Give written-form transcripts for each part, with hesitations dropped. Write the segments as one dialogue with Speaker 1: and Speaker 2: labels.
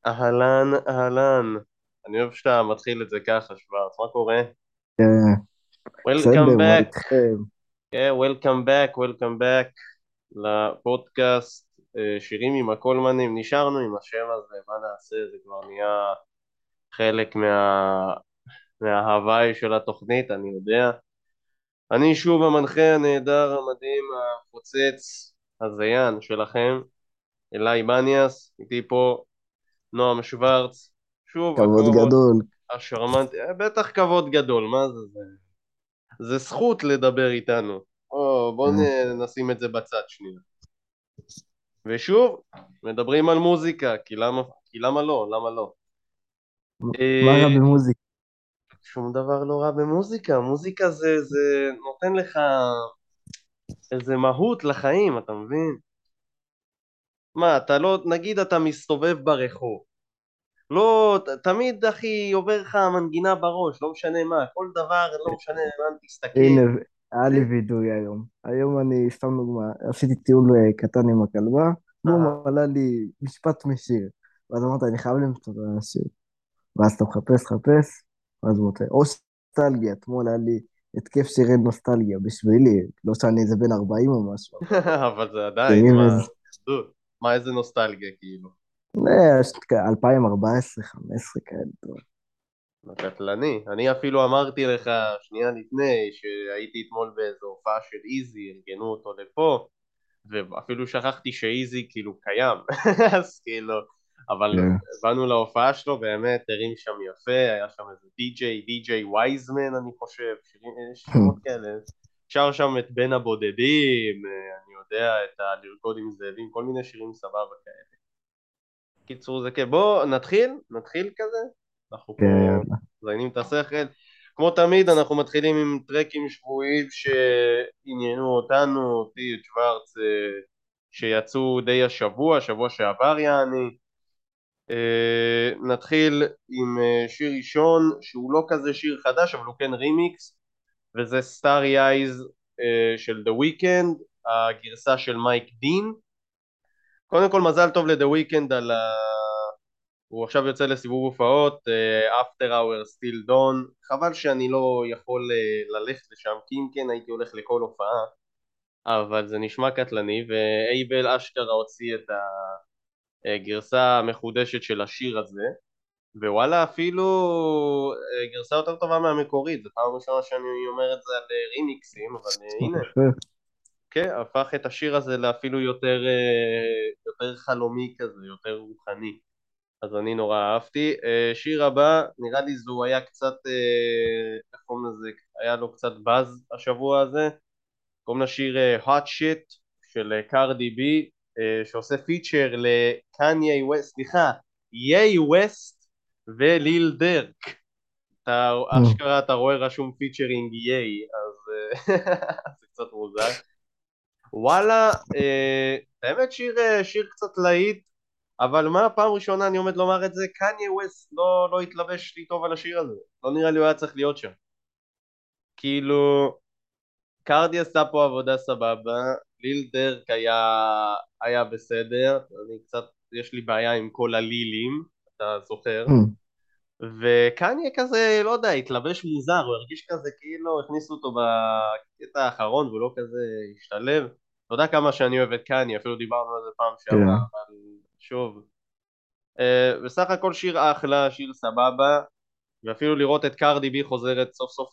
Speaker 1: אהלן, אהלן. אני אוהב שאתה מתחיל את זה ככה, שוורץ. מה קורה?
Speaker 2: כן,
Speaker 1: Welcome
Speaker 2: בסדר, מה
Speaker 1: back.
Speaker 2: איתכם?
Speaker 1: כן, welcome back, welcome back לפודקאסט שירים עם הקולמנים. נשארנו עם השם הזה, מה נעשה? זה כבר נהיה חלק מההוואי של התוכנית, אני יודע. אני שוב המנחה הנהדר, המדהים, החוצץ, הזיין שלכם, אלעי בניאס, איתי פה נועם שוורץ. שוב,
Speaker 2: כבוד
Speaker 1: הכבוד.
Speaker 2: גדול.
Speaker 1: השרמנטי, בטח כבוד גדול, מה זה זכות לדבר איתנו. בוא
Speaker 2: אה,
Speaker 1: נשים את זה בצד שנייה. ושוב, מדברים על מוזיקה, כי למה לא? למה לא?
Speaker 2: מה רע
Speaker 1: אה,
Speaker 2: במוזיקה?
Speaker 1: שום דבר לא רע במוזיקה, מוזיקה זה נותן לך איזה מהות לחיים, אתה מבין? מה, אתה לא, נגיד אתה מסתובב ברחוב, לא, תמיד אחי עובר לך מנגינה בראש, לא משנה מה, כל דבר, לא משנה לאן
Speaker 2: הנה,
Speaker 1: תסתכל.
Speaker 2: היה לי וידוי היום. היום אני, סתם דוגמה, עשיתי טיול קטן עם הכלבה,
Speaker 1: אהה.
Speaker 2: בום, עלה לי משפט משיר. ואז אמרתי, אני חייב למצוא את השיר. ואז אתה מחפש, חפש, ואז מוצא. או נוסטלגיה, אתמול היה לי התקף שירי נוסטלגיה בשבילי, לא שאני איזה בן 40 או משהו, אבל
Speaker 1: אבל זה עדיין,
Speaker 2: שירים
Speaker 1: מה,
Speaker 2: איזה...
Speaker 1: דוד, מה איזה נוסטלגיה כאילו,
Speaker 2: 2014, 15 כאלה.
Speaker 1: קטלני. אני אפילו אמרתי לך שנייה לפני שהייתי אתמול באיזו הופעה של איזי, ארגנו אותו לפה, ואפילו שכחתי שאיזי כאילו קיים, אז כאילו, אבל
Speaker 2: כן.
Speaker 1: באנו להופעה שלו, באמת הרים שם יפה, היה שם איזה די.ג'יי וייזמן אני חושב, יש שמות כאלה, שר שם את בין הבודדים, אני יודע, את הלרקוד עם זאבים, כל מיני שירים סבבה כאלה. קיצור זה כן, בוא נתחיל כזה, אנחנו
Speaker 2: כן,
Speaker 1: פה
Speaker 2: יאללה.
Speaker 1: מזיינים את השכל. כמו תמיד אנחנו מתחילים עם טרקים שבועיים שעניינו אותנו, אותי, את שוורץ, שיצאו די השבוע, שבוע שעבר יעני. נתחיל עם שיר ראשון שהוא לא כזה שיר חדש אבל הוא כן רימיקס, וזה Starry Eyes של The Weeknd, הגרסה של מייק דין. קודם כל מזל טוב ל-The Weeknd על הוא עכשיו יוצא לסיבוב הופעות, After Hour Still Dawn. חבל שאני לא יכול ללכת לשם, כי אם כן הייתי הולך לכל הופעה, אבל זה נשמע קטלני, ואייבל אשכרה הוציא את הגרסה המחודשת של השיר הזה, ווואלה אפילו גרסה יותר טובה מהמקורית. זו פעם ראשונה שאני אומר את זה על רימיקסים, אבל הנה,
Speaker 2: יפה.
Speaker 1: כן, הפך את השיר הזה לאפילו יותר, יותר חלומי כזה, יותר רוחני. אז אני נורא אהבתי. שיר הבא, נראה לי זו היה קצת, איך קוראים לזה, היה לו קצת באז השבוע הזה. קוראים לשיר Hot Shit של קרדי בי, שעושה פיצ'ר לקניה ווסט, סליחה, יאי ווסט וליל דרק. אתה אשכרה אתה רואה רשום פיצ'רינג יאי, אז זה קצת מוזר. וואלה, האמת שיר קצת להיט, אבל מה פעם ראשונה אני עומד לומר את זה, קניה ווסט לא התלבש לי טוב על השיר הזה, לא נראה לי הוא היה צריך להיות שם. כאילו, קרדי עשה פה עבודה סבבה, ליל דרק היה בסדר, אני קצת, יש לי בעיה עם כל הלילים, אתה זוכר, וקניה כזה, לא יודע, התלבש מוזר, הוא הרגיש כזה כאילו הכניסו אותו בקטע האחרון והוא לא כזה השתלב. אתה יודע כמה שאני אוהב את קניה, אפילו דיברנו על זה פעם שעברה,
Speaker 2: כן.
Speaker 1: אבל שוב, בסך הכל שיר אחלה, שיר סבבה, ואפילו לראות את קרדי בי חוזרת סוף סוף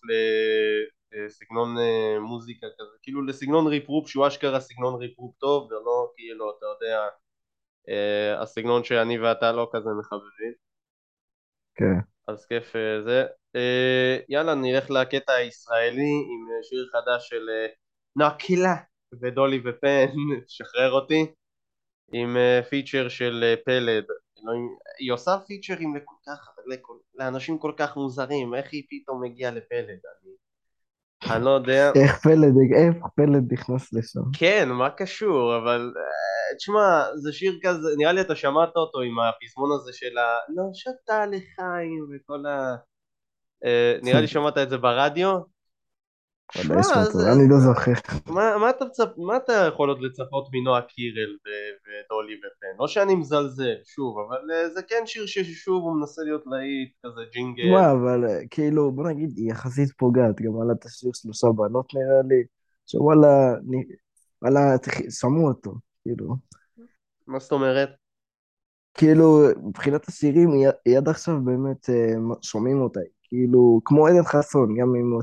Speaker 1: לסגנון מוזיקה כזה, כאילו לסגנון ריפרופ שהוא אשכרה סגנון ריפרופ טוב, ולא כאילו, אתה יודע, הסגנון שאני ואתה לא כזה מחבבים.
Speaker 2: כן.
Speaker 1: אז כיף זה. יאללה, נלך לקטע הישראלי עם שיר חדש של נקילה ודולי ופן, שחרר אותי, עם פיצ'ר של פלד. היא עושה פיצ'רים לאנשים כל כך מוזרים, איך היא פתאום מגיעה לפלד? אני לא יודע.
Speaker 2: איך פלד נכנס לשם?
Speaker 1: כן, מה קשור? אבל תשמע, זה שיר כזה, נראה לי אתה שמעת אותו עם הפזמון הזה של לא שתה לחיים וכל נראה לי שמעת את זה ברדיו.
Speaker 2: ודאי
Speaker 1: שמע,
Speaker 2: שמעתי, אבל אני לא זוכר.
Speaker 1: מה אתה יכול עוד לצפות מנועה קירל אולי ופן. לא שאני מזלזל, שוב, אבל זה כן שיר ששוב הוא מנסה להיות להיט, כזה ג'ינגל.
Speaker 2: תשמע, אבל כאילו, בוא נגיד, היא יחסית פוגעת, גם עלה את השיר שלושה בנות נראה לי, שוואלה, וואלה, שמעו אותו, כאילו.
Speaker 1: מה זאת אומרת?
Speaker 2: כאילו, מבחינת השירים, היא עד עכשיו באמת שומעים אותה, כאילו, כמו עדן חסון,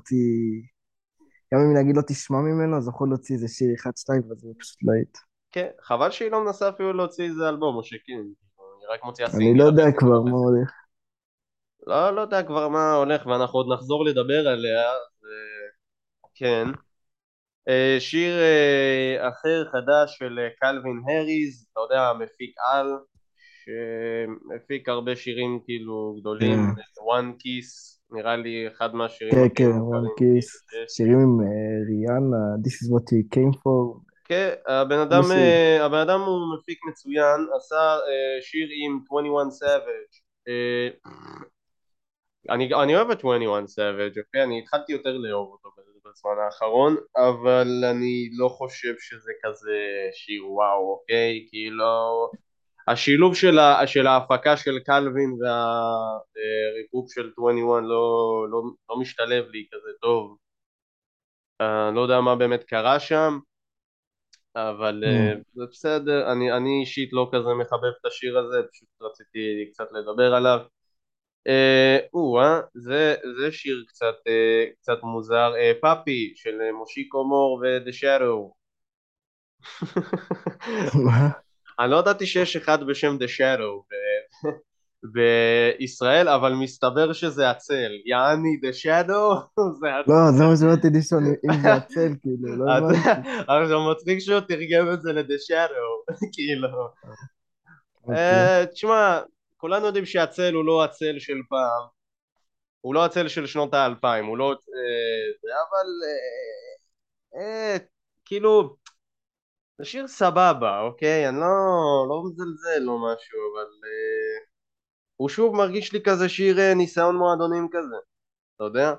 Speaker 2: גם אם נגיד לא תשמע ממנו, אז יכול להוציא איזה שיר אחד, שתיים, וזה פשוט להיט.
Speaker 1: כן, חבל שהיא לא מנסה אפילו להוציא איזה אלבום, או שכן, היא רק מוציאה
Speaker 2: אני
Speaker 1: סינגל
Speaker 2: לא יודע
Speaker 1: עכשיו.
Speaker 2: כבר מה הולך.
Speaker 1: לא יודע כבר מה הולך, ואנחנו עוד נחזור לדבר עליה, כן. שיר אחר חדש של קלווין הריז, אתה יודע, מפיק על, שמפיק הרבה שירים כאילו גדולים,
Speaker 2: כן,
Speaker 1: One Kiss, נראה לי אחד מהשירים
Speaker 2: כן,
Speaker 1: הכי
Speaker 2: כן, וואן
Speaker 1: מוכרים כאילו
Speaker 2: כיס,
Speaker 1: שיש.
Speaker 2: שירים עם ריאנה, This is what you came for,
Speaker 1: כן,
Speaker 2: לא שיר.
Speaker 1: הבן אדם הוא מפיק מצוין, עשה שיר עם 21 Savage. אני אוהב את 21 Savage, אוקיי? אני התחלתי יותר לאהוב אותו בזמן האחרון, אבל אני לא חושב שזה כזה שיר וואו, אוקיי? כאילו, השילוב של ההפקה של קלווין והריפופ של 21 לא משתלב לי כזה טוב. לא יודע מה באמת קרה שם, אבל
Speaker 2: Mm.
Speaker 1: זה בסדר, אני אישית לא כזה מחבב את השיר הזה, פשוט רציתי קצת לדבר עליו. זה שיר קצת מוזר, פאפי של מושיקו מור ודה שאדו.
Speaker 2: מה?
Speaker 1: אני לא ידעתי שיש אחד בשם דה שאדו בישראל, אבל מסתבר שזה הצל, יעני דה שאדו זה
Speaker 2: לא,
Speaker 1: הצל.
Speaker 2: זה מה שבאתי לשאול, אם זה הצל, כאילו, לא
Speaker 1: אז
Speaker 2: הבנתי.
Speaker 1: עכשיו מצחיק שהוא תרגם את זה לדה שאדו, כאילו.
Speaker 2: אוקיי.
Speaker 1: תשמע, כולנו יודעים שהצל הוא לא הצל של פעם, הוא לא הצל של שנות האלפיים, הוא לא... אבל כאילו, זה שיר סבבה, אוקיי? אני לא מזלזל או משהו, אבל הוא שוב מרגיש לי כזה שיר ניסיון מועדונים כזה, אתה יודע?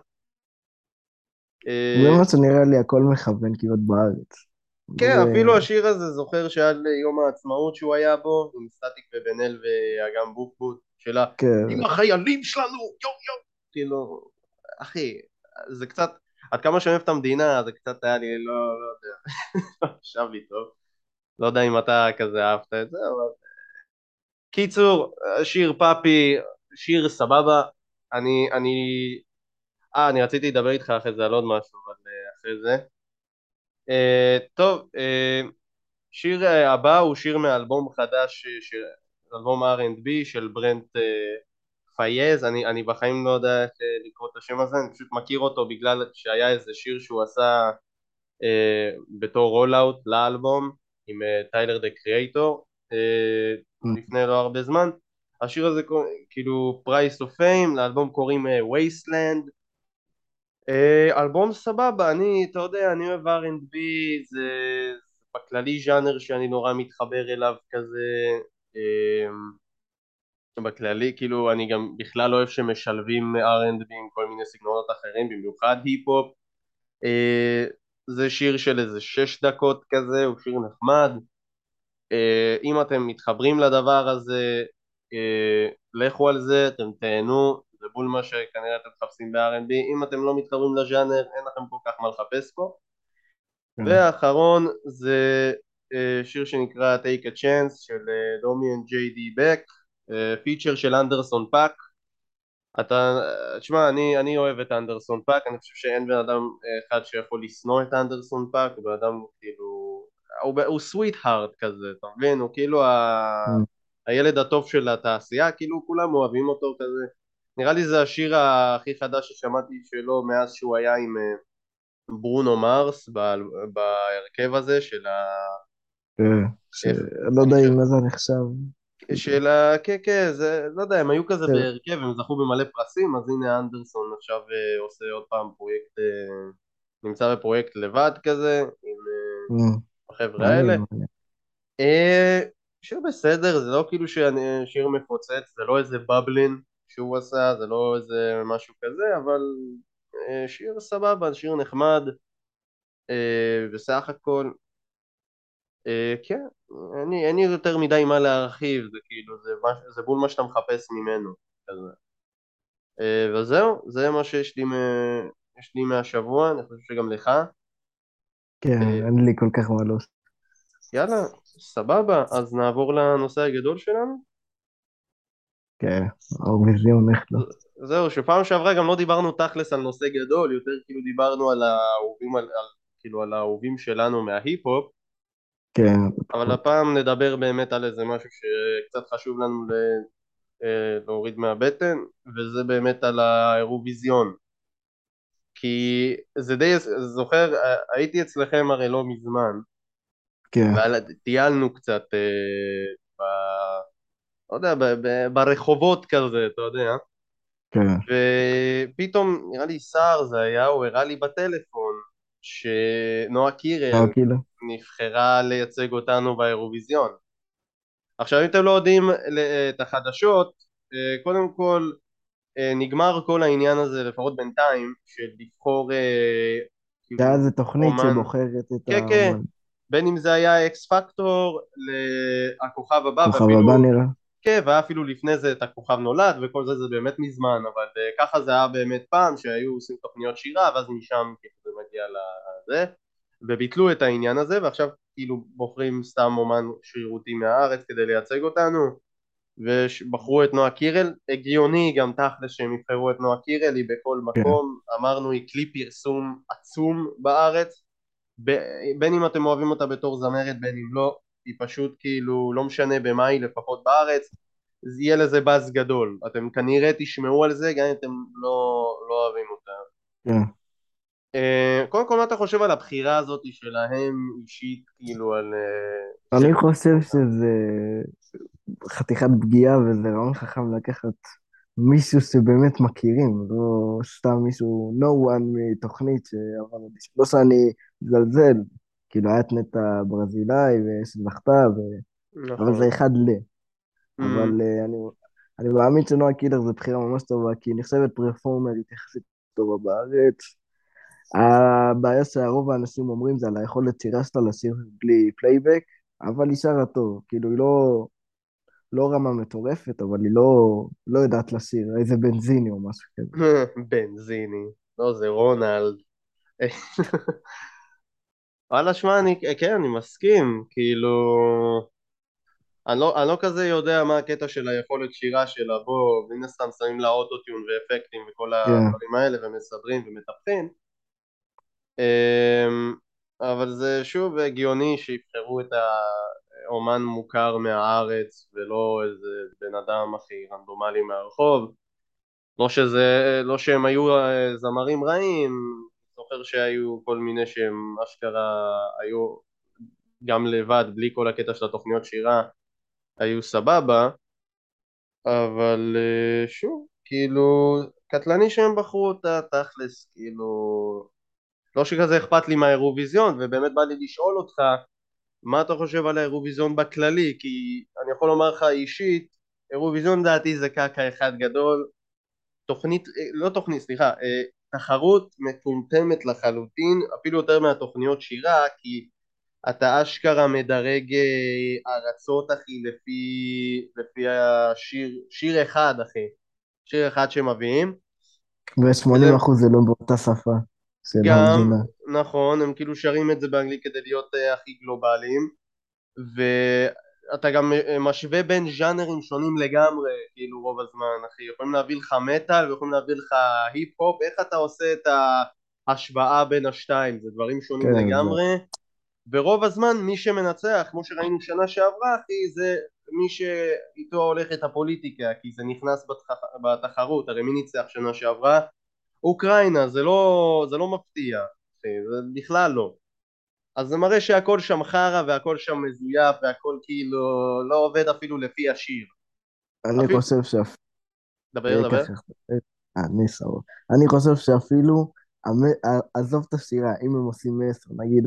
Speaker 2: זה
Speaker 1: אה,
Speaker 2: מה שנראה לי הכל מכוון כמעט בארץ.
Speaker 1: כן,
Speaker 2: זה...
Speaker 1: אפילו השיר הזה, זוכר שעד יום העצמאות שהוא היה בו, עם סטטיק ובן אל ואגם בוחבוט, שלה, עם
Speaker 2: כן.
Speaker 1: החיילים שלנו, יו יו! כאילו, אחי, זה קצת, עד כמה שאני אוהב את המדינה, זה קצת היה לי, לא יודע, לא חשב לי טוב. לא יודע אם אתה כזה אהבת את זה, אבל... קיצור, שיר פאפי, שיר סבבה. אני... אני רציתי לדבר איתך אחרי זה על עוד משהו, אבל אחרי זה. טוב, שיר הבא הוא שיר מאלבום חדש, אלבום R&B של ברנט פייז. אני בחיים לא יודע איך לקרוא את השם הזה, אני פשוט מכיר אותו בגלל שהיה איזה שיר שהוא עשה בתור רולאוט לאלבום עם טיילר דה קריאייטור לפני לא הרבה זמן. השיר הזה כאילו פרייס אוף פיים, לאלבום קוראים וייסטלנד. אלבום סבבה, אתה יודע, אני אוהב R&B, זה בכללי ז'אנר שאני נורא מתחבר אליו כזה. בכללי, כאילו אני גם בכלל לא אוהב שמשלבים R&B עם כל מיני סגנונות אחרים, במיוחד היפ-הופ. זה שיר של איזה 6 דקות כזה, הוא שיר נחמד. אם אתם מתחברים לדבר הזה, לכו על זה, אתם תהנו, זה בול מה שכנראה אתם מחפשים ב-R&B. אם אתם לא מתחברים לז'אנר, אין לכם כל כך מה לחפש פה.
Speaker 2: כן.
Speaker 1: והאחרון זה שיר שנקרא Take a Chance של דומי and JD Beck, פיצ'ר של אנדרסון פאק. תשמע, אני אוהב את אנדרסון פאק, אני חושב שאין בן אדם אחד שיכול לשנוא את אנדרסון פאק, הוא בן אדם כאילו, הוא סוויט הארט כזה, אתה מבין? הוא כאילו
Speaker 2: Mm.
Speaker 1: הילד הטוב של התעשייה, כאילו כולם אוהבים אותו כזה. נראה לי זה השיר הכי חדש ששמעתי שלו מאז שהוא היה עם ברונו מרס בהרכב הזה של
Speaker 2: כן. לא יודע אם זה נחשב. כאילו.
Speaker 1: כן כן, זה לא יודע, הם היו כזה
Speaker 2: כן.
Speaker 1: בהרכב, הם זכו במלא פרסים, אז הנה אנדרסון עכשיו עושה עוד פעם פרויקט, נמצא בפרויקט לבד כזה עם
Speaker 2: Mm.
Speaker 1: החבר'ה האלה.
Speaker 2: מעניין, מעניין.
Speaker 1: אה, שיר בסדר, זה לא כאילו שיר מפוצץ, זה לא איזה בבלין שהוא עשה, זה לא איזה משהו כזה, אבל שיר סבבה, שיר נחמד בסך הכל. כן, אין לי יותר מדי מה להרחיב, זה כאילו, זה בול מה שאתה מחפש ממנו. כזה. וזהו, זה מה יש לי מהשבוע, אני חושב שגם לך.
Speaker 2: כן,
Speaker 1: אה,
Speaker 2: אין לי כל כך מה להוסיף.
Speaker 1: יאללה, סבבה, אז נעבור לנושא הגדול שלנו.
Speaker 2: כן, האירוויזיון איך לא.
Speaker 1: זהו, שפעם שעברה גם לא דיברנו תכלס על נושא גדול, יותר כאילו דיברנו על האהובים, כאילו על האהובים שלנו מההיפ-הופ,
Speaker 2: כן,
Speaker 1: אבל
Speaker 2: פחות.
Speaker 1: הפעם נדבר באמת על איזה משהו שקצת חשוב לנו להוריד מהבטן, וזה באמת על האירוויזיון. כי זה די, זוכר, הייתי אצלכם הרי לא מזמן,
Speaker 2: כן,
Speaker 1: וטיילנו קצת, ב, לא יודע, ברחובות כזה, אתה יודע,
Speaker 2: כן.
Speaker 1: ופתאום, נראה לי סער זה היה, הוא הראה לי בטלפון שנועה
Speaker 2: לא,
Speaker 1: קירל
Speaker 2: כאילו.
Speaker 1: נבחרה לייצג אותנו באירוויזיון. עכשיו אם אתם לא יודעים את החדשות, קודם כל נגמר כל העניין הזה, לפחות בינתיים, של לבחור
Speaker 2: שהיה
Speaker 1: כאילו
Speaker 2: איזה תוכנית
Speaker 1: אומן.
Speaker 2: שבוחרת את
Speaker 1: כן, כן,
Speaker 2: האומן.
Speaker 1: בין אם זה היה אקס פקטור לכוכב הבא,
Speaker 2: כוכב הבא
Speaker 1: ואפילו,
Speaker 2: נראה.
Speaker 1: כן, והיה אפילו לפני זה את הכוכב נולד וכל זה, זה באמת מזמן, אבל ככה זה היה באמת פעם, שהיו עושים תוכניות שירה, ואז משם כאילו זה מגיע לזה, וביטלו את העניין הזה, ועכשיו כאילו בוחרים סתם אומן שרירותי מהארץ כדי לייצג אותנו, ובחרו את נועה קירל. הגיוני גם תכל'ס שהם יבחרו את נועה קירל, היא בכל
Speaker 2: כן,
Speaker 1: מקום, אמרנו היא כלי פרסום עצום בארץ, בין אם אתם אוהבים אותה בתור זמרת בין אם לא, היא פשוט כאילו לא משנה במה היא, לפחות בארץ אז יהיה לזה באז גדול, אתם כנראה תשמעו על זה גם אם אתם לא אוהבים אותה.
Speaker 2: כן.
Speaker 1: קודם כל מה אתה חושב על הבחירה הזאת שלהם אישית, כאילו על
Speaker 2: אני
Speaker 1: שבחרו
Speaker 2: חושב
Speaker 1: אותה?
Speaker 2: שזה חתיכת פגיעה וזה רעיון חכם לקחת מישהו שבאמת מכירים, לא סתם מישהו, no one מתוכנית שעבר אודישן. לא שאני מזלזל, כאילו היה את נטע ברזילאי שזכתה, אבל זה
Speaker 1: נכון.
Speaker 2: אחד ל...
Speaker 1: Mm.
Speaker 2: אבל אני מאמין שנועה קילר זו בחירה ממש טובה, כי היא נחשבת פרפורמרית יחסית טובה בארץ. הבעיה שהרוב האנשים אומרים זה על היכולת שירה שלה לשיר בלי פלייבק, אבל היא שרה טוב, כאילו היא לא רמה מטורפת, אבל היא לא יודעת לשיר, איזה בנזיני או משהו כזה.
Speaker 1: בנזיני, לא זה רונלד. וואלה שמע, כן אני מסכים, כאילו אני לא כזה יודע מה הקטע של היכולת שירה שלה, בוא מן הסתם שמים לה אוטוטיון ואפקטים וכל
Speaker 2: כן,
Speaker 1: הדברים האלה ומסדרים ומטפחים, אבל זה שוב הגיוני שיבחרו את האומן מוכר מהארץ ולא איזה בן אדם הכי רנדומלי מהרחוב. לא שהם היו זמרים רעים, זוכר שהיו כל מיני שהם אשכרה היו גם לבד בלי כל הקטע של התוכניות שירה, היו סבבה, אבל שוב, כאילו, קטלני שהם בחרו אותה, תכלס, כאילו, לא שכזה אכפת לי מהאירוויזיון, ובאמת בא לי לשאול אותך, מה אתה חושב על האירוויזיון בכללי, כי אני יכול לומר לך אישית, אירוויזיון דעתי זה קקה אחד גדול, תוכנית, לא תוכנית, סליחה, תחרות מטומטמת לחלוטין, אפילו יותר מהתוכניות שירה, כי אתה אשכרה מדרג ארצות אחי לפי שיר אחד אחי, שיר אחד שמביאים, וזה
Speaker 2: ו-80% זה לא באותה שפה של
Speaker 1: גם
Speaker 2: המדינה.
Speaker 1: נכון, הם כאילו שרים את זה באנגלית כדי להיות הכי גלובליים, ואתה גם משווה בין ז'אנרים שונים לגמרי, כאילו רוב הזמן אחי, יכולים להביא לך מטאל ויכולים להביא לך היפ-הופ, איך אתה עושה את ההשוואה בין השתיים, זה דברים שונים
Speaker 2: כן, זה...
Speaker 1: לגמרי, ורוב הזמן מי שמנצח, כמו שראינו שנה שעברה אחי, זה מי שאיתו הולכת הפוליטיקה, כי זה נכנס בתחרות, הרי מי ניצח שנה שעברה? אוקראינה, זה לא מפתיע, אחי, זה בכלל לא. אז זה מראה שהכל שם חרא והכל שם מזויף והכל כאילו לא עובד אפילו לפי השיר.
Speaker 2: אני
Speaker 1: אפילו,
Speaker 2: חושב שאפילו...
Speaker 1: דבר דבר.
Speaker 2: ככה, אני סבבה. אני חושב שאפילו, עזוב את השירה, אם הם עושים מסר,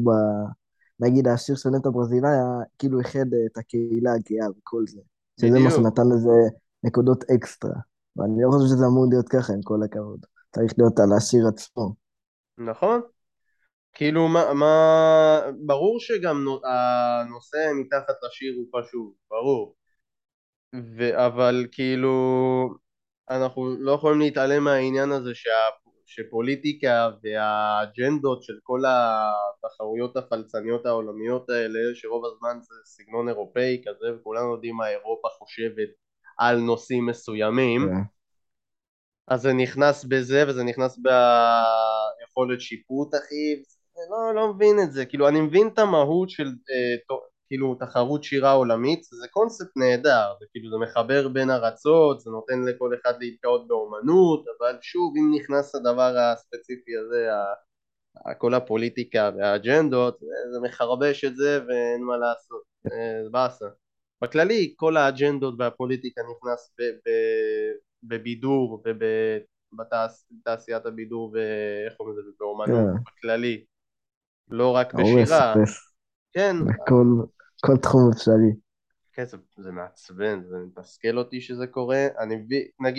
Speaker 2: נגיד השיר של נטע ברזילי היה כאילו איחד את הקהילה הגאה וכל זה, שזה מה
Speaker 1: בדיוק,
Speaker 2: שנתן לזה נקודות אקסטרה. ואני לא חושב שזה אמור להיות ככה, עם כל הכבוד. צריך להיות על השיר עצמו.
Speaker 1: נכון. כאילו ברור שגם הנושא מתחת לשיר הוא פשוט, ברור. אבל כאילו אנחנו לא יכולים להתעלם מהעניין הזה שפוליטיקה והאג'נדות של כל התחרויות הפלצניות העולמיות האלה, שרוב הזמן זה סגנון אירופאי כזה וכולנו יודעים מה אירופה חושבת על נושאים מסוימים,
Speaker 2: כן,
Speaker 1: אז זה נכנס בזה וזה נכנס ביכולת שיפוט אחי. לא מבין את זה, כאילו אני מבין את המהות של כאילו תחרות שירה עולמית, זה קונספט נהדר, זה כאילו זה מחבר בין ארצות, זה נותן לכל אחד להתקאות באומנות, אבל שוב אם נכנס הדבר הספציפי הזה, כל הפוליטיקה והאג'נדות, זה מחרבש את זה ואין מה לעשות, זה באסה. בכללי כל האג'נדות והפוליטיקה נכנס בבידור ובתעשיית הבידור ואיך קוראים לזה, באומנות
Speaker 2: כן,
Speaker 1: בכללי, לא רק
Speaker 2: הורס,
Speaker 1: בשירה.
Speaker 2: הורס,
Speaker 1: כן,
Speaker 2: כל תחום אפשרי.
Speaker 1: כן, זה מעצבן, זה מתסכל אותי שזה קורה. נגיד,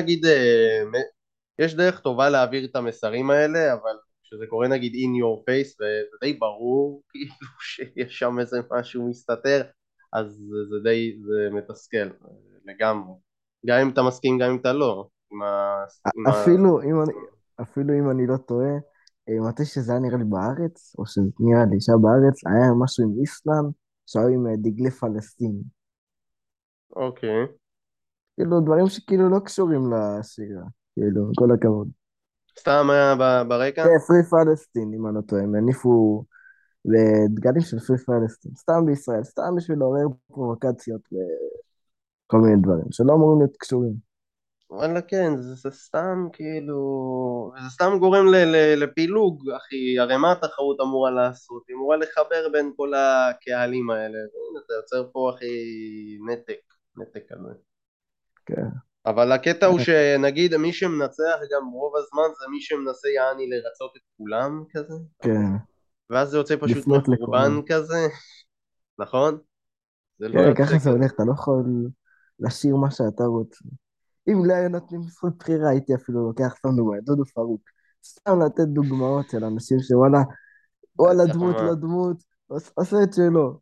Speaker 1: יש דרך טובה להעביר את המסרים האלה, אבל כשזה קורה נגיד in your face, וזה די ברור כאילו שיש שם איזה משהו מסתתר, אז זה מתסכל לגמרי. גם אם אתה מסכים, גם אם אתה לא.
Speaker 2: אפילו אם אני, אפילו אם אני לא טועה, מתי שזה היה נראה לי בארץ, או שזה נראה לי שהיה בארץ, היה משהו עם איסלאם, שהיו עם דגלי פלסטין.
Speaker 1: אוקיי.
Speaker 2: כאילו, דברים שכאילו לא קשורים לשירה, כאילו, כל הכבוד.
Speaker 1: סתם היה ברקע?
Speaker 2: כן, פרי פלסטין, אם אני לא טועה, הם הניפו דגלים של פרי פלסטין, סתם בישראל, סתם בשביל לעורר פרובוקציות וכל מיני דברים, שלא אמורים להיות קשורים.
Speaker 1: וואלה כן, זה סתם כאילו, זה סתם גורם לפילוג, אחי, הרי מה התחרות אמורה לעשות? היא אמורה לחבר בין כל הקהלים האלה, והנה אתה יוצר פה אחי נתק, נתק כזה.
Speaker 2: כן,
Speaker 1: אבל הקטע הוא שנגיד מי שמנצח גם רוב הזמן זה מי שמנסה יעני לרצות את כולם כזה, אתה מבין?
Speaker 2: כן,
Speaker 1: ואז זה יוצא פשוט
Speaker 2: לפנות
Speaker 1: מחורבן
Speaker 2: לכולם.
Speaker 1: כזה, נכון? זה לא
Speaker 2: כן,
Speaker 1: יוצא
Speaker 2: ככה זה
Speaker 1: כזה.
Speaker 2: הולך, אתה לא יכול לשיר מה שאתה רוצה. אם לא היו נותנים זכות בחירה, הייתי אפילו לוקח סתם דוגמא, את דודו פרוק. סתם לתת דוגמאות של אנשים שוואלה, וואלה
Speaker 1: בטח
Speaker 2: דמות
Speaker 1: מה.
Speaker 2: לא דמות, עושה את שלו.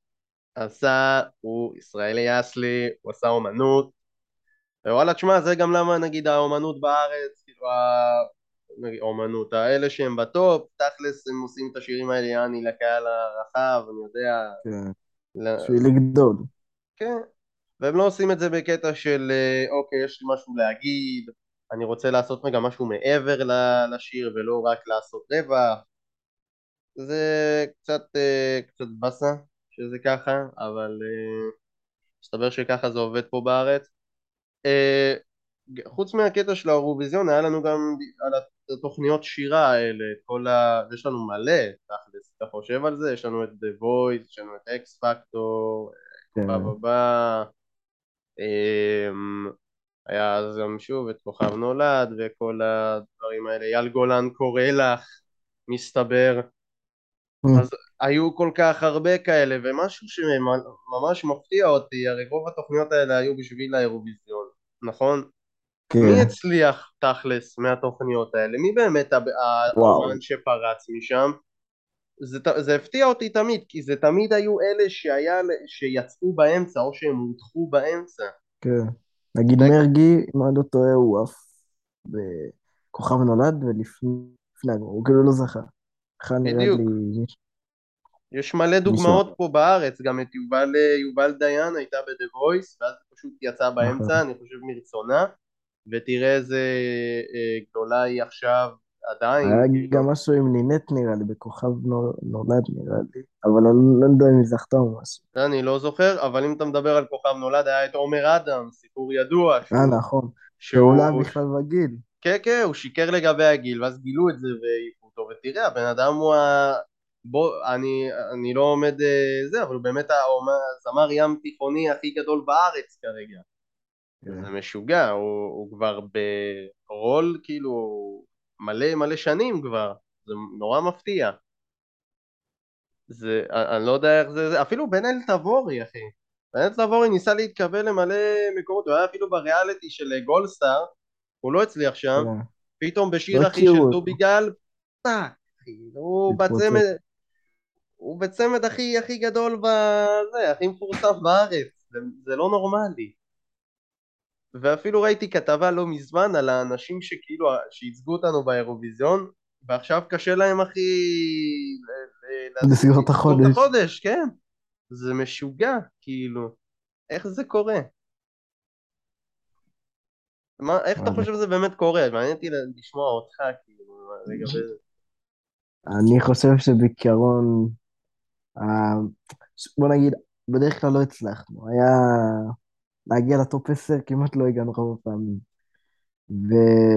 Speaker 1: הוא ישראלי אסלי, הוא עשה אומנות, וואלה תשמע זה גם למה נגיד האומנות בארץ, כאילו נגיד, האומנות, האלה שהם בטופ, תכלס הם עושים את השירים האלה יעני לקהל הרחב, אני יודע,
Speaker 2: כן, בשביל
Speaker 1: ל-
Speaker 2: לגדול.
Speaker 1: כן, והם לא עושים את זה בקטע של אוקיי יש לי משהו להגיד, אני רוצה לעשות רגע משהו מעבר לשיר ולא רק לעשות רווח, זה קצת באסה שזה ככה, אבל מסתבר שככה זה עובד פה בארץ. אה, חוץ מהקטע של האירוויזיון היה לנו גם על התוכניות שירה האלה, יש לנו מלא תכלס, אתה חושב על זה? יש לנו את The Voice, יש לנו את אקס פקטור, בא בא
Speaker 2: כן.
Speaker 1: בא, היה אז גם שוב את כוכב נולד וכל הדברים האלה, אייל גולן קורא לך, מסתבר, אז היו כל כך הרבה כאלה, ומשהו שממש מפתיע אותי, הרי רוב התוכניות האלה היו בשביל האירוויזיון, נכון? מי
Speaker 2: כן,
Speaker 1: הצליח תכלס מהתוכניות האלה? מי באמת
Speaker 2: וואו.
Speaker 1: האומן שפרץ משם? זה הפתיע אותי תמיד, כי זה תמיד היו אלה שיצאו באמצע או שהם הודחו באמצע.
Speaker 2: כן. נגיד
Speaker 1: נג-
Speaker 2: מרגי, אם אני לא טועה, הוא עף בכוכב נולד, ולפני הגמר, הוא כאילו לא זכה. בכלל נראה לי
Speaker 1: בדיוק. יש מלא
Speaker 2: מישהו
Speaker 1: דוגמאות
Speaker 2: אחר.
Speaker 1: פה בארץ, גם את יובל דיין הייתה ב-The Voice, ואז היא פשוט יצאה באמצע,
Speaker 2: נכון.
Speaker 1: אני חושב מרצונה, ותראה איזה גדולה היא עכשיו עדיין,
Speaker 2: היה
Speaker 1: כאילו.
Speaker 2: גם משהו עם נינט נראה לי, בכוכב נולד נראה לי, אבל אני לא יודע אם היא זכתה או משהו.
Speaker 1: זה אני לא זוכר, אבל אם אתה מדבר על כוכב נולד, היה את עומר אדם, סיפור ידוע,
Speaker 2: נכון. שהוא לא היה
Speaker 1: שהוא,
Speaker 2: בכלל בגיל.
Speaker 1: כן כן, הוא שיקר לגבי הגיל, ואז גילו את זה והעיפו אותו, ותראה, הבן אדם הוא אני לא עומד זה, אבל הוא באמת הזמר ים תיכוני הכי גדול בארץ כרגע. זה
Speaker 2: כן.
Speaker 1: משוגע, הוא כבר ברול, כאילו, מלא מלא שנים כבר, זה נורא מפתיע. אני לא יודע איך אפילו בן אל תבורי אחי, בן אל תבורי ניסה להתקבל למלא מקומות, הוא היה אפילו בריאליטי של גולדסטאר, הוא לא הצליח שם,
Speaker 2: כן.
Speaker 1: פתאום
Speaker 2: לא
Speaker 1: בשיר אחי
Speaker 2: הכירו
Speaker 1: של
Speaker 2: אותו.
Speaker 1: דובי גל, פאק, אחי,
Speaker 2: להתפוצץ.
Speaker 1: הוא בצמד הכי גדול בזה, הכי מפורסם בארץ, זה לא נורמלי. ואפילו ראיתי כתבה לא מזמן על האנשים שכאילו, שייצגו אותנו באירוויזיון, ועכשיו קשה להם הכי
Speaker 2: לסגור את
Speaker 1: לסגור את
Speaker 2: החודש.
Speaker 1: החודש, כן? זה משוגע, כאילו, איך זה קורה? איך אתה
Speaker 2: וואלה.
Speaker 1: חושב שזה באמת קורה? מעניין אותי לשמוע אותך, כאילו, לגבי זה.
Speaker 2: אני חושב שבעיקרון, ה- בוא נגיד, בדרך כלל לא הצלחנו. היה להגיע לטופ 10, כמעט לא הגענו כמה פעמים. ו...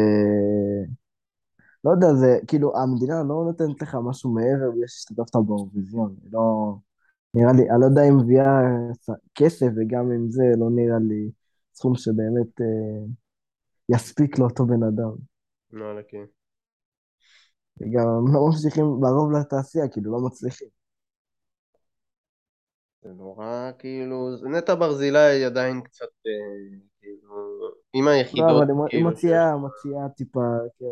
Speaker 2: לא יודע, זה כאילו, המדינה לא נותנת לך משהו מעבר בגלל שהשתתפת באירוויזיון. לא... נראה לי, אני לא יודע אם מביאה כסף, וגם עם זה לא נראה לי סכום שבאמת יספיק לאותו בן אדם.
Speaker 1: וואלה, כן.
Speaker 2: וגם הם לא ממשיכים לרוב לתעשייה, כאילו, לא מצליחים.
Speaker 1: זה נורא, כאילו, נטע ברזילי היא עדיין קצת, כאילו, עם
Speaker 2: לא,
Speaker 1: היחידות,
Speaker 2: אבל היא
Speaker 1: כאילו, שיש
Speaker 2: מוציאה טיפה, כן,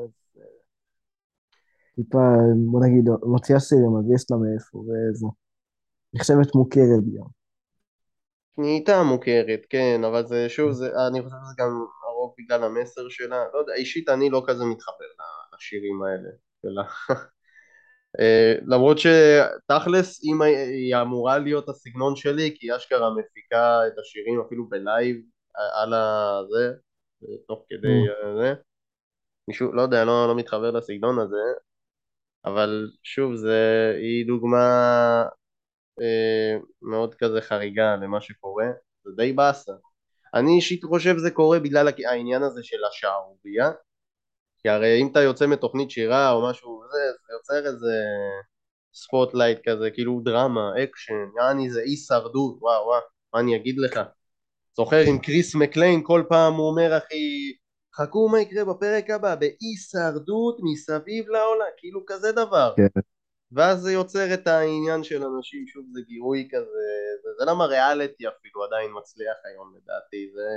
Speaker 2: טיפה, בוא נגיד, מוציאה שירים, אז יש לה מאיפה, וזה. נחשבת מוכרת גם.
Speaker 1: נהייתה מוכרת, כן, אבל זה שוב, אני חושב שזה גם הרוב בגלל המסר שלה, לא יודע, אישית אני לא כזה מתחבר לשירים האלה שלה. למרות שתכלס אם היא אמורה להיות הסגנון שלי, כי היא אשכרה מפיקה את השירים אפילו בלייב על הזה, תוך כדי
Speaker 2: Mm.
Speaker 1: זה, מישהו, לא יודע, לא מתחבר לסגנון הזה, אבל שוב, היא דוגמה מאוד כזה חריגה למה שקורה, זה די באסה. אני אישית חושב זה קורה בגלל העניין הזה של השערורייה, כי הרי אם אתה יוצא מתוכנית שירה או משהו זה, זה יוצר איזה ספוטלייט כזה, כאילו דרמה, אקשן, יעני זה הישרדות, וואו וואו, מה אני אגיד לך? זוכר עם קריס מקליין כל פעם הוא אומר אחי, חכו מה יקרה בפרק הבא, בהישרדות מסביב לעולם, כאילו כזה דבר.
Speaker 2: כן.
Speaker 1: ואז זה יוצר את העניין של אנשים, שוב זה גירוי כזה, זה למה ריאליטי אפילו עדיין מצליח היום לדעתי, זה...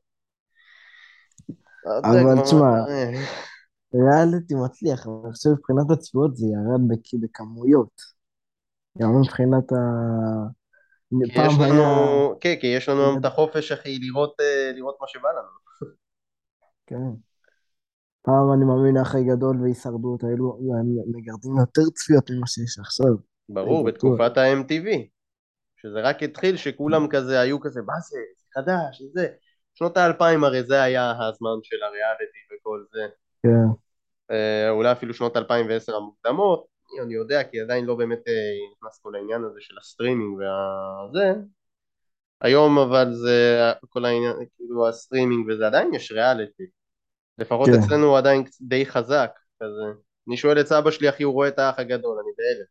Speaker 1: לא יודע
Speaker 2: אבל
Speaker 1: כבר מה
Speaker 2: תשמע,
Speaker 1: קורה.
Speaker 2: ריאליטי מצליח, אבל אני חושב מבחינת הצביעות זה ירד בכמויות. גם מבחינת
Speaker 1: כי יש
Speaker 2: פעם
Speaker 1: לנו,
Speaker 2: היה...
Speaker 1: כן, כי יש לנו היום את החופש אחי לראות מה שבא לנו.
Speaker 2: כן. פעם אני מאמין האח הגדול והישרדות, הם מגרדים יותר צפיות ממה שיש עכשיו. די
Speaker 1: ברור,
Speaker 2: בטוח.
Speaker 1: בתקופת ה-MTV, שזה רק התחיל שכולם כזה היו כזה, מה זה, זה חדש, זה. שנות האלפיים הרי זה היה הזמן של הריאליטי וכל זה.
Speaker 2: כן.
Speaker 1: אולי אפילו שנות 2010 המוקדמות, אני יודע כי עדיין לא באמת נכנס כל העניין הזה של הסטרימינג והזה, היום אבל זה כל העניין, כאילו הסטרימינג וזה עדיין יש ריאליטי, לפחות
Speaker 2: כן.
Speaker 1: אצלנו הוא עדיין די חזק כזה. אני שואל את סבא שלי אחי הוא רואה את האח הגדול, אני בהלם,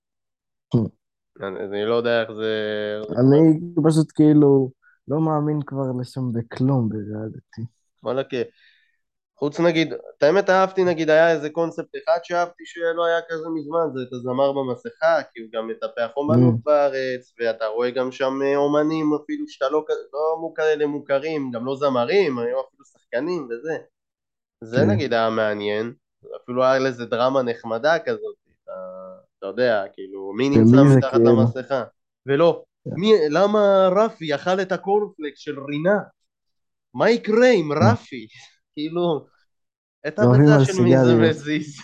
Speaker 1: אני לא יודע איך זה קורה.
Speaker 2: אני פשוט כאילו לא מאמין כבר לשם בכלום בריאליטי.
Speaker 1: וואלה חוץ נגיד, את האמת אהבתי נגיד היה איזה קונספט אחד שאהבתי שלא היה כזה מזמן, זה את הזמר במסכה, כי הוא גם מטפח אומנות
Speaker 2: Mm,
Speaker 1: בארץ, ואתה רואה גם שם אומנים אפילו שאתה לא כאלה מוכרים, גם לא זמרים, היו אפילו שחקנים וזה, זה
Speaker 2: כן.
Speaker 1: נגיד היה מעניין, אפילו היה לזה דרמה נחמדה כזאת, אתה יודע, כאילו מי נמצא
Speaker 2: ומי זה
Speaker 1: מתחת
Speaker 2: כאילו?
Speaker 1: למסכה, ולא, למה רפי אכל את הקורנפלקס של רינה, מה יקרה עם
Speaker 2: Mm.
Speaker 1: רפי, כאילו את
Speaker 2: רבים
Speaker 1: הביצה
Speaker 2: על
Speaker 1: של מי זה
Speaker 2: סיגריות.
Speaker 1: מזיז?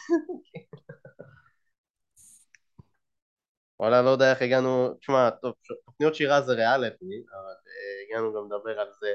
Speaker 1: וואלה, לא יודע איך הגענו, תשמע, טוב, תוכניות שירה זה ריאליטי, אבל הגענו גם לדבר על זה.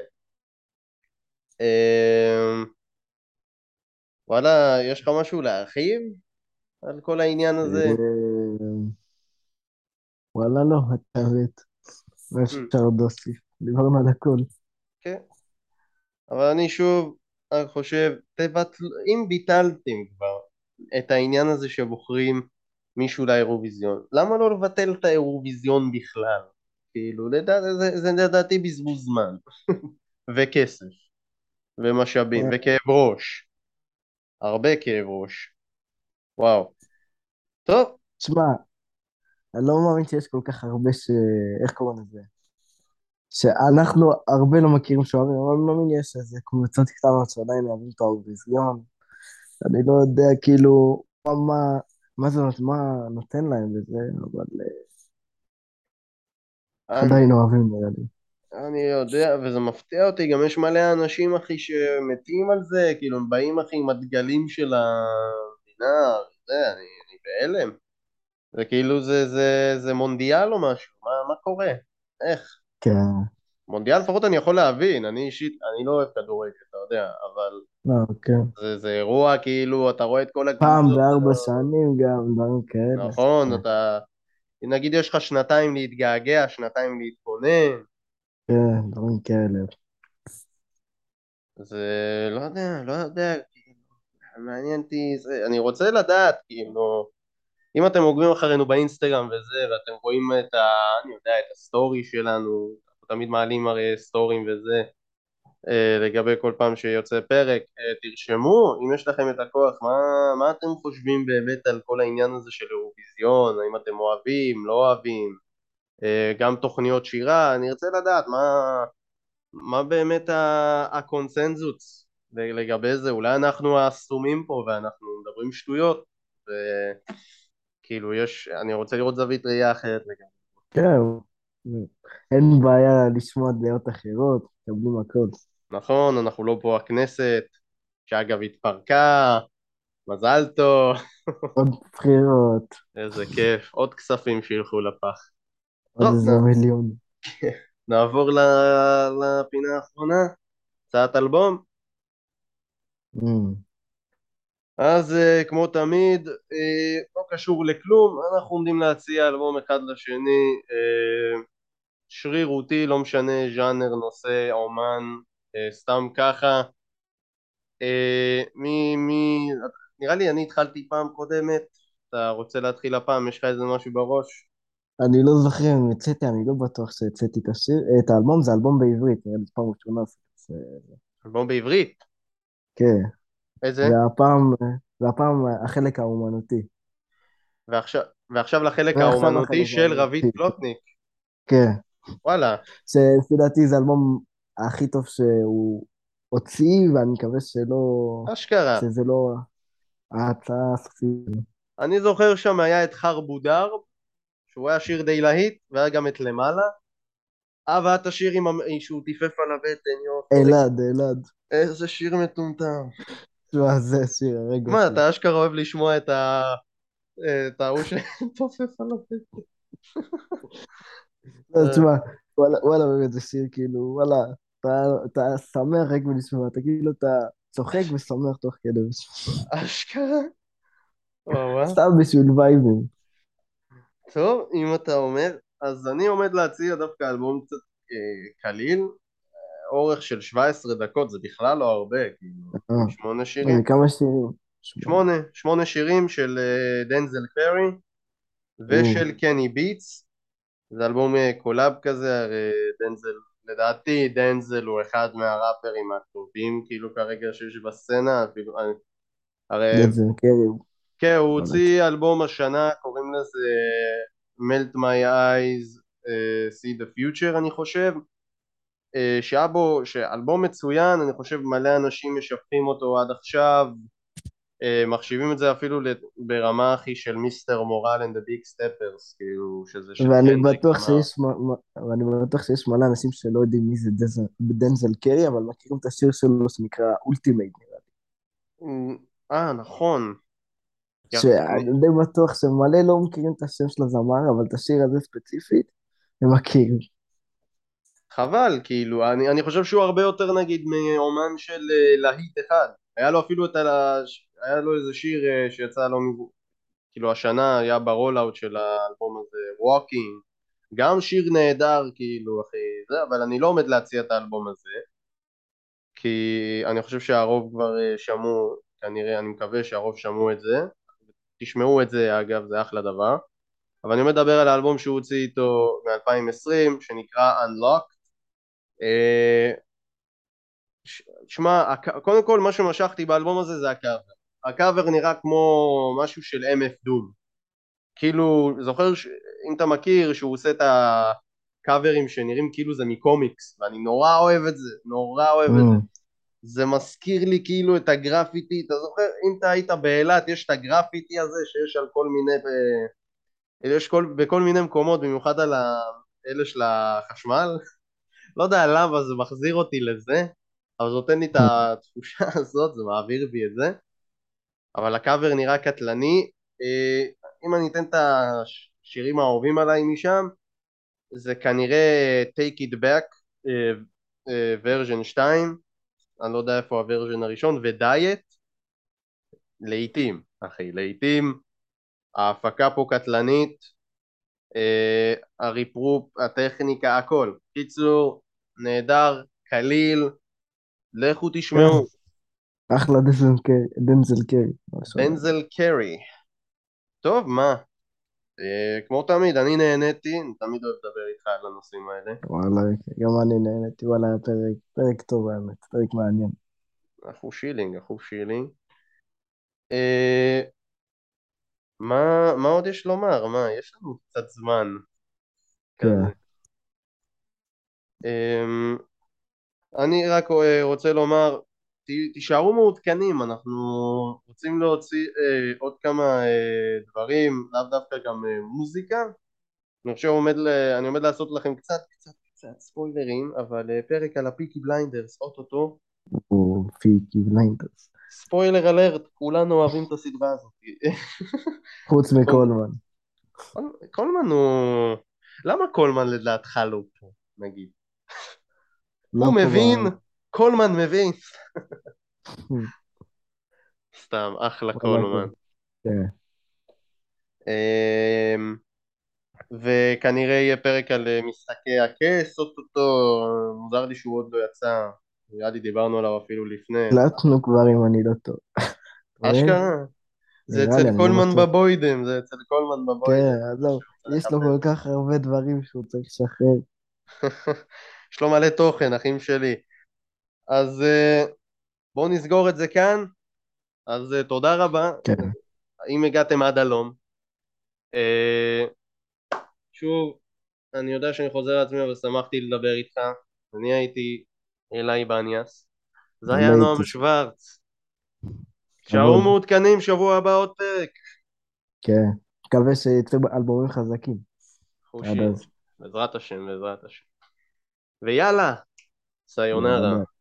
Speaker 1: אה, וואלה, יש לך משהו להרחיב על כל העניין הזה?
Speaker 2: אה, וואלה לא, את האמת. מה
Speaker 1: Hmm,
Speaker 2: אפשר עוד להוסיף? דיברנו על הכל.
Speaker 1: כן, אבל אני שוב, אני חושב, אם ביטלתם כבר את העניין הזה שבוחרים מישהו לאירוויזיון, למה לא לבטל את האירוויזיון בכלל? כאילו, זה לדעתי בזבוז זמן וכסף. ומשאבים,
Speaker 2: אה,
Speaker 1: וכאב ראש, הרבה כאב ראש, וואו. טוב,
Speaker 2: תשמע, אני לא מאמין שיש כל כך הרבה איך קוראים לזה? שאנחנו הרבה לא מכירים שוערים, אבל אני מאמין יש איזה קבוצות קטנות שעדיין אוהבים את האירוויזיון. אני לא יודע, כאילו, מה... מה זה, מה נותן להם וזה, אבל
Speaker 1: אני,
Speaker 2: עדיין אוהבים נראה לי.
Speaker 1: אני יודע, וזה מפתיע אותי, גם יש מלא אנשים אחי שמתים על זה, כאילו הם באים אחי עם הדגלים של המדינה, אני בהלם. זה כאילו זה מונדיאל או משהו, מה קורה? איך?
Speaker 2: כן,
Speaker 1: מונדיאל לפחות אני יכול להבין, אני אישית, אני לא אוהב כדורגל, אתה יודע, אבל
Speaker 2: לא, כן.
Speaker 1: זה אירוע כאילו, אתה רואה את כל
Speaker 2: פעם
Speaker 1: הקבוצות,
Speaker 2: ב4 שנים גם, דברים כאלה.
Speaker 1: נכון,
Speaker 2: כן,
Speaker 1: אתה, נגיד יש לך שנתיים להתגעגע, שנתיים להתכונן,
Speaker 2: כן, דברים כאלה.
Speaker 1: זה לא יודע, כאילו, מעניין אותי, אני רוצה לדעת, כאילו, אם אתם עוקבים אחרינו באינסטגרם וזה, ואתם רואים אני יודע, את הסטורי שלנו, אנחנו תמיד מעלים הרי סטורים וזה, לגבי כל פעם שיוצא פרק, תרשמו אם יש לכם את הכוח, מה אתם חושבים באמת על כל העניין הזה של אירוויזיון, האם אתם אוהבים, לא אוהבים, גם תוכניות שירה, אני ארצה לדעת מה באמת הקונצנזוס לגבי זה, אולי אנחנו הסתומים פה ואנחנו מדברים שטויות, וכאילו אני רוצה לראות זווית ראייה אחרת לגבי.
Speaker 2: כן, אין בעיה לשמוע דעות אחרות, מקבלים הכל.
Speaker 1: נכון, אנחנו לא פה הכנסת, שאגב התפרקה, מזל טוב.
Speaker 2: עוד בחירות,
Speaker 1: איזה כיף, עוד כספים שילכו לפח.
Speaker 2: עוד
Speaker 1: טוב,
Speaker 2: איזה מיליון.
Speaker 1: נעבור לפינה האחרונה, הצעת אלבום.
Speaker 2: Mm.
Speaker 1: אז כמו תמיד, לא קשור לכלום, אנחנו עומדים להציע אלבום אחד לשני, שרירותי, לא משנה, ז'אנר, נושא, אומן, סתם ככה. מי, נראה לי אני התחלתי פעם קודמת, אתה רוצה להתחיל הפעם, יש לך איזה משהו בראש?
Speaker 2: אני לא זוכר אם הוצאתי, אני לא בטוח שהוצאתי את השיר, את האלבום, זה אלבום בעברית, נראה לי פעם ראשונה.
Speaker 1: אלבום בעברית?
Speaker 2: כן,
Speaker 1: איזה?
Speaker 2: והפעם, והפעם החלק האומנותי.
Speaker 1: ועכשיו לחלק
Speaker 2: ועכשיו
Speaker 1: האומנותי
Speaker 2: החלק
Speaker 1: של רביד
Speaker 2: האומנותי.
Speaker 1: פלוטניק.
Speaker 2: כן,
Speaker 1: וואלה,
Speaker 2: שלפי דעתי זה האלבום הכי טוב שהוא הוציא, ואני מקווה
Speaker 1: אשכרה.
Speaker 2: שזה לא ההצעה הסופית.
Speaker 1: אני זוכר שם היה את חרבודר, שהוא היה שיר די להיט, והיה גם את למעלה. והיה את השיר שהוא טיפף על הבטן, יופי.
Speaker 2: אלעד, אלעד.
Speaker 1: איזה שיר מטומטם.
Speaker 2: תשמע, זה שיר, הרגע
Speaker 1: מה,
Speaker 2: שלי.
Speaker 1: אתה אשכרה אוהב לשמוע את ההוא שטופף על הבטן.
Speaker 2: לא, תשמע, וואלה, וואלה, באמת, זה שיר כאילו, וואלה, אתה שמח רק מלשמוע, אתה כאילו, אתה צוחק ושמח תוך כדי.
Speaker 1: אשכרה? וואו.
Speaker 2: סתם בשביל וייבים.
Speaker 1: טוב, אם אתה אומר, אז אני עומד להציע דווקא אלבום קצת קליל, אורך של 17 דקות, זה בכלל לא הרבה, כאילו, שמונה שירים,
Speaker 2: כמה שירים? שמונה.
Speaker 1: שמונה שירים של דנזל קרי
Speaker 2: או,
Speaker 1: ושל קני ביטס, זה אלבום קולאב כזה, הרי דנזל, לדעתי דנזל הוא אחד מהראפרים הטובים כאילו כרגע שיש בסצנה, אפילו, הרי
Speaker 2: זה קרי,
Speaker 1: כן, הוא
Speaker 2: באמת.
Speaker 1: הוציא אלבום השנה, קוראים לזה Melt My Eyes, See the Future אני חושב, שהיה בו, שאלבום מצוין, אני חושב מלא אנשים משבחים אותו עד עכשיו, מחשיבים את זה אפילו ברמה הכי של מיסטר מורל and the Big Steppers, כאילו שזה של קנדריק למר.
Speaker 2: ואני בטוח שיש מלא אנשים שלא יודעים מי זה דנזל קרי, אבל מכירים את השיר שלו שנקרא אולטימייט, נראה לי.
Speaker 1: נכון,
Speaker 2: שאני
Speaker 1: אני,
Speaker 2: די בטוח שמלא לא מכירים את השם של הזמר, אבל את השיר הזה ספציפית, הם מכירים.
Speaker 1: חבל, כאילו, אני חושב שהוא הרבה יותר נגיד מאומן של להיט אחד, היה לו אפילו היה לו איזה שיר שיצא לו, כאילו השנה היה ברולאוט של האלבום הזה, ווקינג, גם שיר נהדר, כאילו, אחי, זה, אבל אני לא עומד להציע את האלבום הזה, כי אני חושב שהרוב כבר שמעו, כנראה, אני מקווה שהרוב שמעו את זה, תשמעו את זה אגב, זה אחלה דבר, אבל אני מדבר על האלבום שהוא הוציא איתו מ-2020, שנקרא Unlocked. שמע, קודם כל מה שמשכתי באלבום הזה זה הקאבר. הקאבר נראה כמו משהו של MF דום. כאילו, זוכר, אם אתה מכיר, שהוא עושה את הקאברים שנראים כאילו זה מקומיקס, ואני נורא אוהב את זה, נורא אוהב את זה.
Speaker 2: Mm.
Speaker 1: זה מזכיר לי כאילו את הגרפיטי, אתה זוכר, אם אתה היית באילת, יש את הגרפיטי הזה שיש על כל מיני, בכל מיני מקומות, במיוחד על אלה של החשמל, לא יודע למה זה מחזיר אותי לזה, אבל זה נותן לי את התחושה הזאת, זה מעביר בי את זה, אבל הקאבר נראה קטלני. אם אני אתן את השירים האהובים עליי משם, זה כנראה Take It Back, ורז'ן 2, אני לא יודע איפה הוורז'ן הראשון, ודיאט, לעיתים, אחי, לעיתים, ההפקה פה קטלנית, הריפרופ, הטכניקה, הכל. קיצור, נהדר, קליל, לכו
Speaker 2: כן,
Speaker 1: תשמעו.
Speaker 2: אחלה דנזל קרי, משהו עליו.
Speaker 1: דנזל קרי. טוב, מה? כמו תמיד, אני נהניתי, אני תמיד אוהב לדבר איתך על הנושאים האלה.
Speaker 2: וואלה, גם אני נהניתי, וואלה, היה פרק טוב האמת, פרק מעניין.
Speaker 1: אחו שילינג, אחו שילינג. אה, מה עוד יש לומר? מה, יש לנו קצת זמן כזה.
Speaker 2: כן,
Speaker 1: אמ, אני רק רוצה לומר, תישארו מעודכנים, אנחנו רוצים להוציא עוד כמה דברים, לאו דווקא גם מוזיקה. אני חושב אני עומד לעשות לכם קצת ספוילרים, אבל פרק על הפיקי בליינדרס, אוטוטו.
Speaker 2: הוא פיקי בליינדרס.
Speaker 1: ספוילר אלרט, כולנו אוהבים את הסדרה הזאת.
Speaker 2: חוץ מקולמן.
Speaker 1: קולמן הוא... למה קולמן לדעתך לא פה, נגיד? הוא
Speaker 2: לא פה
Speaker 1: מבין, קולמן מבין. סתם, אחלה
Speaker 2: וואלה,
Speaker 1: קולמן.
Speaker 2: כן.
Speaker 1: אמ, וכנראה יהיה פרק על משחקי הכס, אוטוטו, מוזר לי שהוא עוד לא יצא, נראה לי דיברנו עליו אפילו לפני.
Speaker 2: הקלטנו כבר אם אני לא טועה. רואה?
Speaker 1: אשכרה, זה
Speaker 2: נראה לי,
Speaker 1: אצל
Speaker 2: אני לא
Speaker 1: קולמן
Speaker 2: בטוח.
Speaker 1: בבוידם, זה אצל קולמן בבוידם,
Speaker 2: כן,
Speaker 1: זה
Speaker 2: עזוב,
Speaker 1: שהוא צריך
Speaker 2: יש לו
Speaker 1: לחפש.
Speaker 2: כל כך הרבה דברים שהוא צריך לשחרר.
Speaker 1: יש לו מלא תוכן, אחים שלי. אז בואו נסגור את זה כאן, אז תודה רבה,
Speaker 2: כן,
Speaker 1: אם הגעתם עד הלום. אה, שוב, אני יודע שאני חוזר לעצמי, אבל שמחתי לדבר איתך. אני הייתי אלי בניאס. זה
Speaker 2: אני
Speaker 1: היה
Speaker 2: הייתי
Speaker 1: נועם
Speaker 2: שם.
Speaker 1: שוורץ. שערו
Speaker 2: כבוד.
Speaker 1: מעודכנים, שבוע הבא עוד פרק.
Speaker 2: כן. מקווה שיצאו אלבומים חזקים. עד
Speaker 1: חושין.
Speaker 2: אז.
Speaker 1: בעזרת השם, בעזרת השם. ויאללה, סיונרה.
Speaker 2: יאללה.